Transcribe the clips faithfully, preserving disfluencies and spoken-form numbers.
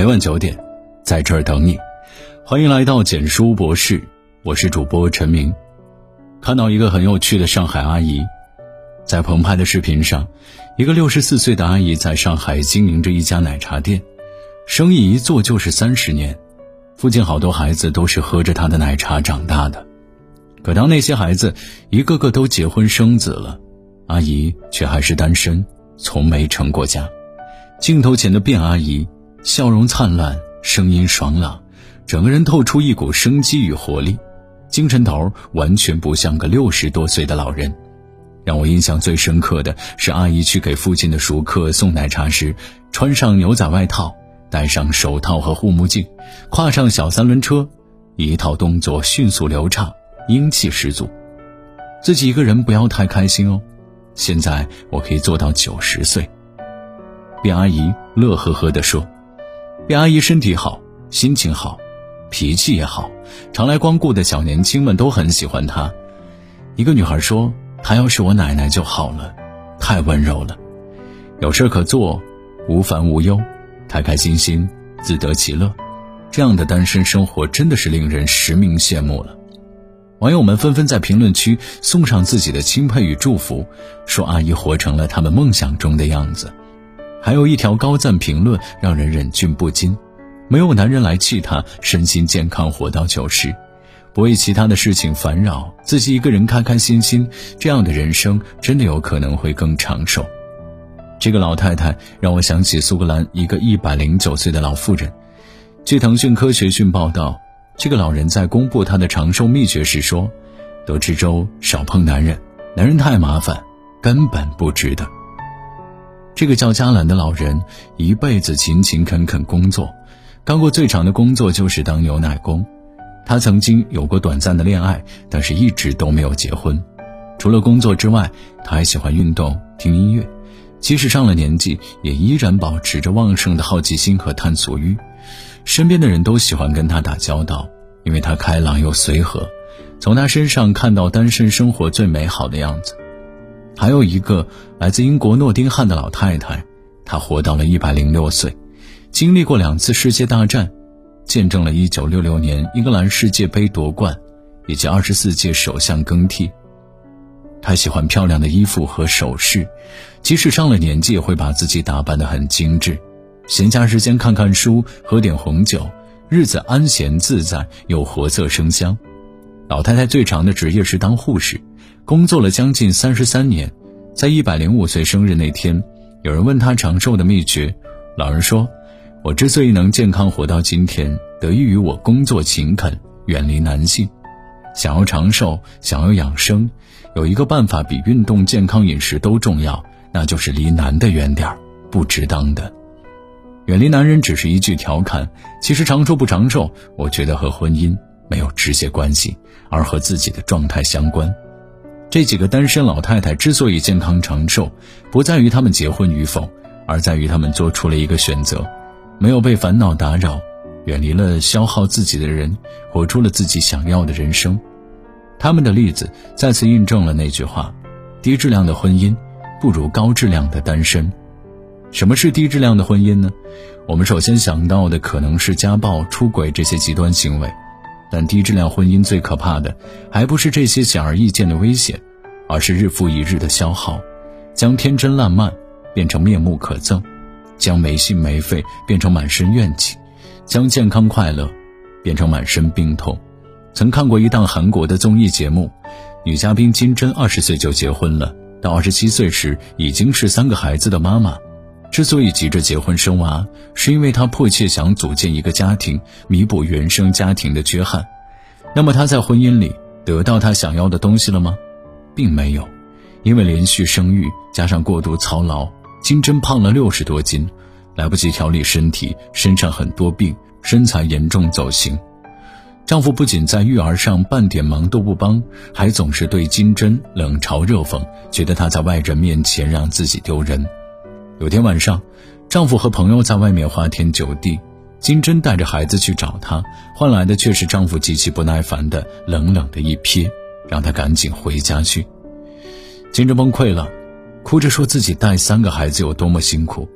每晚九点在这儿等你。欢迎来到简书博士，我是主播陈明。看到一个很有趣的上海阿姨，在澎湃的视频上，一个六十四岁的阿姨在上海经营着一家奶茶店，生意一做就是三十年，附近好多孩子都是喝着她的奶茶长大的。可当那些孩子一个个都结婚生子了，阿姨却还是单身，从没成过家。镜头前的卞阿姨笑容灿烂，声音爽朗，整个人透出一股生机与活力，精神头完全不像个六十多岁的老人。让我印象最深刻的是阿姨去给附近的熟客送奶茶时，穿上牛仔外套，戴上手套和护目镜，跨上小三轮车，一套动作迅速流畅，英气十足。自己一个人不要太开心哦，现在我可以做到九十岁。卞阿姨乐呵呵地说。卞阿姨身体好，心情好，脾气也好，常来光顾的小年轻们都很喜欢她。一个女孩说，她要是我奶奶就好了，太温柔了，有事可做，无烦无忧，开开心心，自得其乐，这样的单身生活真的是令人实名羡慕了。网友们纷纷在评论区送上自己的钦佩与祝福，说阿姨活成了他们梦想中的样子。还有一条高赞评论让人忍俊不禁，没有男人来气她，身心健康活到九十，不为其他的事情烦扰，自己一个人开开心心，这样的人生真的有可能会更长寿。这个老太太让我想起苏格兰一个一百零九岁的老妇人。据腾讯科学讯报道，这个老人在公布他的长寿秘诀时说，多吃粥，少碰男人，男人太麻烦，根本不值得。这个叫加兰的老人一辈子勤勤恳恳工作，干过最长的工作就是当牛奶工。他曾经有过短暂的恋爱，但是一直都没有结婚。除了工作之外，他还喜欢运动，听音乐，即使上了年纪，也依然保持着旺盛的好奇心和探索欲。身边的人都喜欢跟他打交道，因为他开朗又随和，从他身上看到单身生活最美好的样子。还有一个来自英国诺丁汉的老太太，她活到了一百零六岁，经历过两次世界大战，见证了一九六六年英格兰世界杯夺冠以及二十四届首相更替。她喜欢漂亮的衣服和首饰，即使上了年纪也会把自己打扮得很精致。闲暇时间看看书，喝点红酒，日子安闲自在又活色生香。老太太最长的职业是当护士，工作了将近三十三年。在一百零五岁生日那天，有人问她长寿的秘诀，老人说，我之所以能健康活到今天，得益于我工作勤恳，远离男性。想要长寿，想要养生，有一个办法比运动、健康、饮食都重要，那就是离男的远点，不值当的。远离男人只是一句调侃，其实长寿不长寿，我觉得和婚姻没有直接关系，而和自己的状态相关。这几个单身老太太之所以健康长寿，不在于她们结婚与否，而在于她们做出了一个选择，没有被烦恼打扰，远离了消耗自己的人，活出了自己想要的人生。他们的例子再次印证了那句话，低质量的婚姻不如高质量的单身。什么是低质量的婚姻呢？我们首先想到的可能是家暴、出轨这些极端行为，但低质量婚姻最可怕的还不是这些显而易见的危险，而是日复一日的消耗，将天真烂漫变成面目可憎，将没心没肺变成满身怨气，将健康快乐变成满身病痛。曾看过一档韩国的综艺节目，女嘉宾金珍二十岁就结婚了，到二十七岁时已经是三个孩子的妈妈。之所以急着结婚生娃，是因为她迫切想组建一个家庭，弥补原生家庭的缺憾。那么她在婚姻里得到她想要的东西了吗？并没有，因为连续生育加上过度操劳，金珍胖了六十多斤，来不及调理身体，身上很多病，身材严重走形。丈夫不仅在育儿上半点忙都不帮，还总是对金珍冷嘲热讽，觉得她在外人面前让自己丢人。有天晚上，丈夫和朋友在外面花天酒地，金珍带着孩子去找他，换来的却是丈夫极其不耐烦的冷冷的一瞥，让她赶紧回家去。金珍崩溃了，哭着说自己带三个孩子有多么辛苦，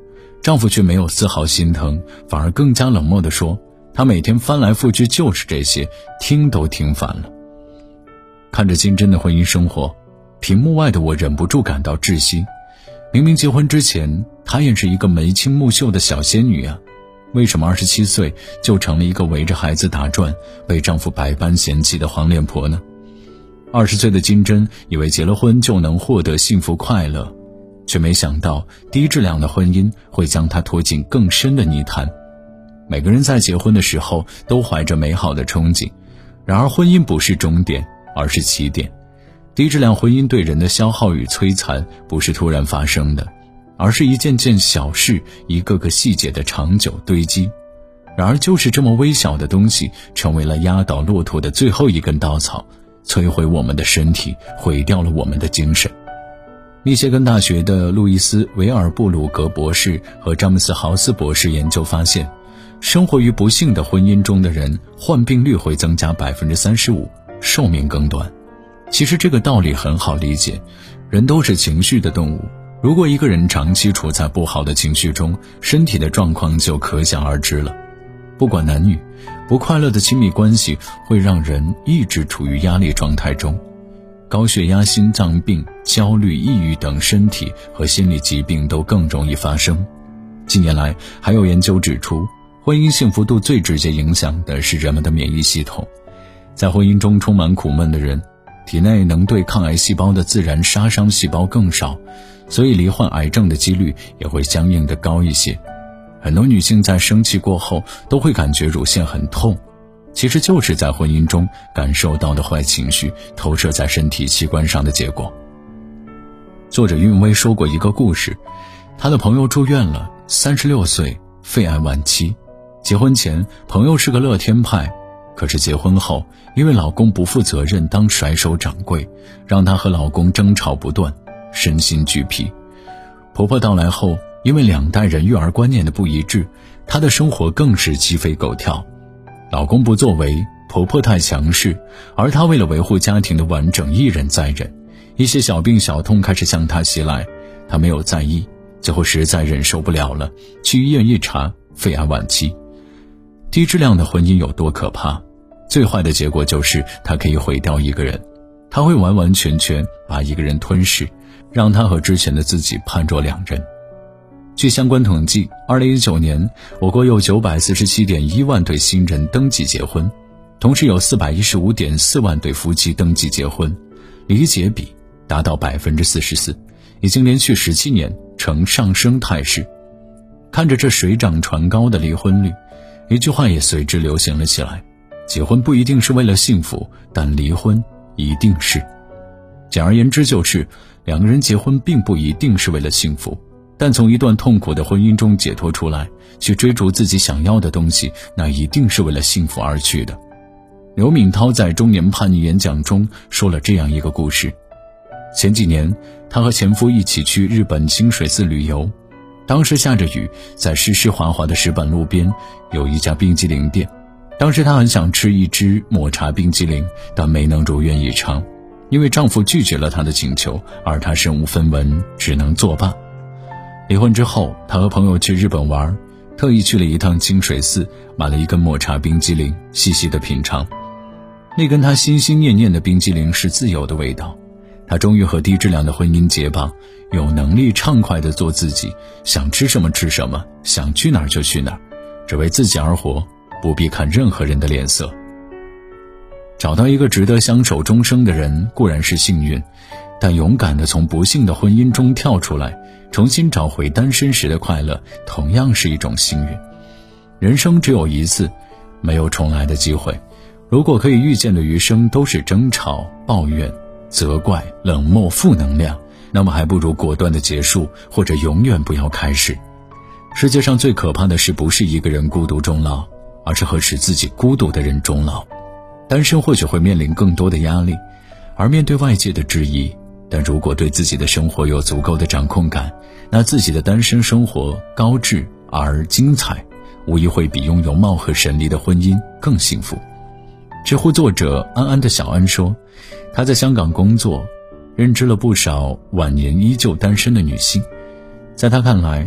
丈夫却没有丝毫心疼，反而更加冷漠地说，他每天翻来覆去就是这些，听都听烦了。看着金珍的婚姻生活，屏幕外的我忍不住感到窒息。明明结婚之前她也是一个眉清目秀的小仙女啊，为什么二十七岁就成了一个围着孩子打转，被丈夫百般嫌弃的黄脸婆呢？二十岁的金珍以为结了婚就能获得幸福快乐，却没想到低质量的婚姻会将她拖进更深的泥潭。每个人在结婚的时候都怀着美好的憧憬，然而婚姻不是终点，而是起点。低质量婚姻对人的消耗与摧残不是突然发生的，而是一件件小事，一个个细节的长久堆积。然而就是这么微小的东西，成为了压倒骆驼的最后一根稻草，摧毁我们的身体，毁掉了我们的精神。密歇根大学的路易斯·维尔布鲁格博士和詹姆斯·豪斯博士研究发现，生活于不幸的婚姻中的人，患病率会增加 百分之三十五， 寿命更短。其实这个道理很好理解，人都是情绪的动物，如果一个人长期处在不好的情绪中，身体的状况就可想而知了。不管男女，不快乐的亲密关系会让人一直处于压力状态中。高血压、心脏病、焦虑、抑郁等身体和心理疾病都更容易发生。近年来，还有研究指出，婚姻幸福度最直接影响的是人们的免疫系统。在婚姻中充满苦闷的人，体内能对抗癌细胞的自然杀伤细胞更少，所以罹患癌症的几率也会相应的高一些。很多女性在生气过后都会感觉乳腺很痛，其实就是在婚姻中感受到的坏情绪投射在身体器官上的结果。作者韵薇说过一个故事，她的朋友住院了，三十六岁，肺癌晚期。结婚前朋友是个乐天派，可是结婚后因为老公不负责任当甩手掌柜，让她和老公争吵不断，身心俱疲。婆婆到来后，因为两代人育儿观念的不一致，她的生活更是鸡飞狗跳。老公不作为，婆婆太强势，而她为了维护家庭的完整，一忍再忍，一些小病小痛开始向她袭来，她没有在意，最后实在忍受不了了，去医院一查，肺癌晚期。低质量的婚姻有多可怕？最坏的结果就是它可以毁掉一个人，它会完完全全把一个人吞噬，让他和之前的自己判若两人。据相关统计，二零一九年我国有 九百四十七点一万对新人登记结婚，同时有 四百一十五点四万对夫妻登记结婚，离结比达到 百分之四十四， 已经连续十七年呈上升态势。看着这水涨船高的离婚率，一句话也随之流行了起来，结婚不一定是为了幸福，但离婚一定是。简而言之就是，两个人结婚并不一定是为了幸福，但从一段痛苦的婚姻中解脱出来，去追逐自己想要的东西，那一定是为了幸福而去的。刘敏涛在中年叛逆演讲中说了这样一个故事。前几年，她和前夫一起去日本清水寺旅游，当时下着雨，在湿湿滑滑的石板路边有一家冰激凌店。当时她很想吃一支抹茶冰激凌，但没能如愿以偿，因为丈夫拒绝了她的请求，而她身无分文，只能作罢。离婚之后，她和朋友去日本玩，特意去了一趟清水寺，买了一根抹茶冰激凌，细细的品尝。那根她心心念念的冰激凌是自由的味道。她终于和低质量的婚姻解绑，有能力畅快地做自己，想吃什么吃什么，想去哪儿就去哪儿，只为自己而活，不必看任何人的脸色。找到一个值得相守终生的人固然是幸运，但勇敢地从不幸的婚姻中跳出来，重新找回单身时的快乐，同样是一种幸运。人生只有一次，没有重来的机会。如果可以预见的余生都是争吵、抱怨、责怪、冷漠、负能量，那么还不如果断的结束，或者永远不要开始。世界上最可怕的事不是一个人孤独终老，而是和使自己孤独的人终老。单身或许会面临更多的压力，而面对外界的质疑，但如果对自己的生活有足够的掌控感，那自己的单身生活高质而精彩，无疑会比拥有貌合神离的婚姻更幸福。知乎作者安安的小安说，她在香港工作，认知了不少晚年依旧单身的女性。在她看来，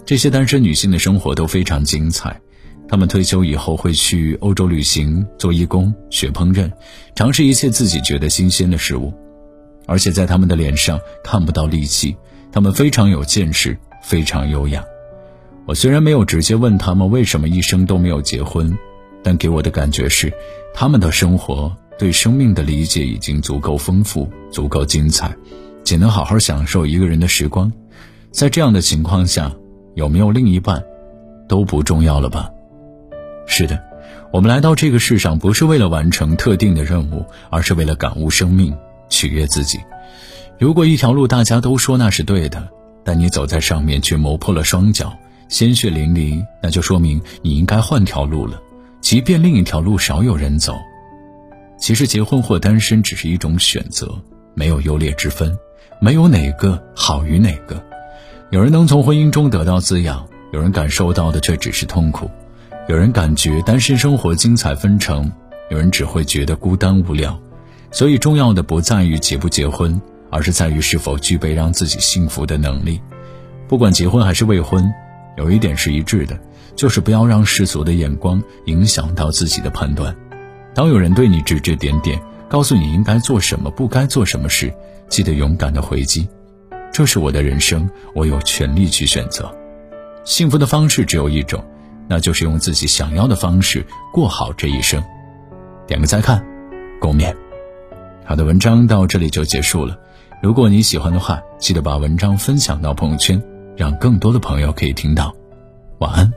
这些单身女性的生活都非常精彩，她们退休以后会去欧洲旅行，做义工，学烹饪，尝试一切自己觉得新鲜的事物。而且在她们的脸上看不到戾气，她们非常有见识，非常优雅。我虽然没有直接问她们为什么一生都没有结婚，但给我的感觉是，她们的生活对生命的理解已经足够丰富，足够精彩，仅能好好享受一个人的时光。在这样的情况下，有没有另一半都不重要了吧？是的，我们来到这个世上不是为了完成特定的任务，而是为了感悟生命，取悦自己。如果一条路大家都说那是对的，但你走在上面却磨破了双脚，鲜血淋漓，那就说明你应该换条路了，即便另一条路少有人走。其实结婚或单身只是一种选择，没有优劣之分，没有哪个好于哪个。有人能从婚姻中得到滋养，有人感受到的却只是痛苦。有人感觉单身生活精彩纷呈，有人只会觉得孤单无聊。所以重要的不在于结不结婚，而是在于是否具备让自己幸福的能力。不管结婚还是未婚，有一点是一致的，就是不要让世俗的眼光影响到自己的判断。当有人对你指指点点，告诉你应该做什么不该做什么时，记得勇敢地回击。这是我的人生，我有权利去选择。幸福的方式只有一种，那就是用自己想要的方式过好这一生。点个再看，共勉。好的，文章到这里就结束了。如果你喜欢的话，记得把文章分享到朋友圈，让更多的朋友可以听到。晚安。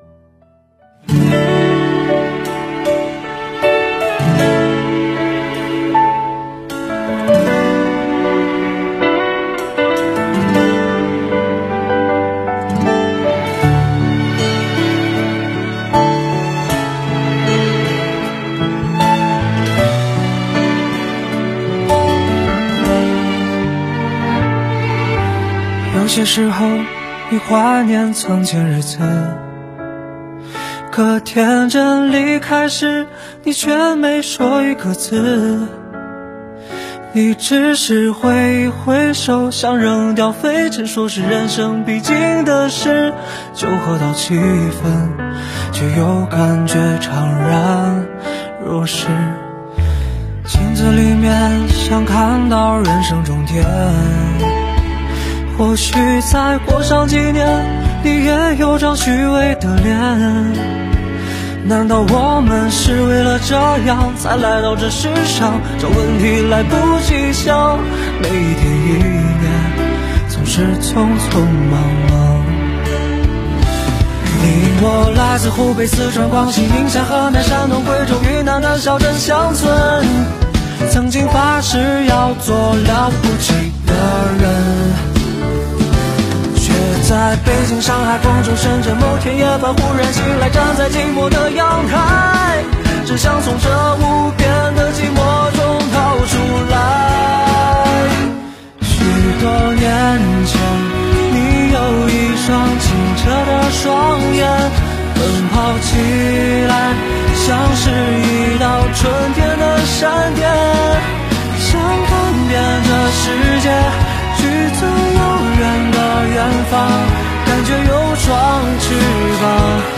有些时候你怀念从前日子，可天真离开时你却没说一个字，你只是挥一挥手想扔掉废纸，说是人生必经的事，酒喝到七分却又感觉怅然若失，镜子里面想看到人生终点，或许再过上几年你也有张虚伪的脸，难道我们是为了这样才来到这世上？这问题来不及想，每一天一年总是匆匆忙忙。你我来自湖北、四川、广西、宁夏、河南、山东、贵州、云南的小镇乡村，曾经发誓要做了不起的人，在北京、上海、广州、深圳，某天夜半忽然醒来，站在寂寞的阳台，只想从这无边的寂寞中逃出来。许多年前，你有一双清澈的双眼，奔跑起来像是一道春天的闪电，想看遍这世界，去最遥远的远方，感觉有双翅膀。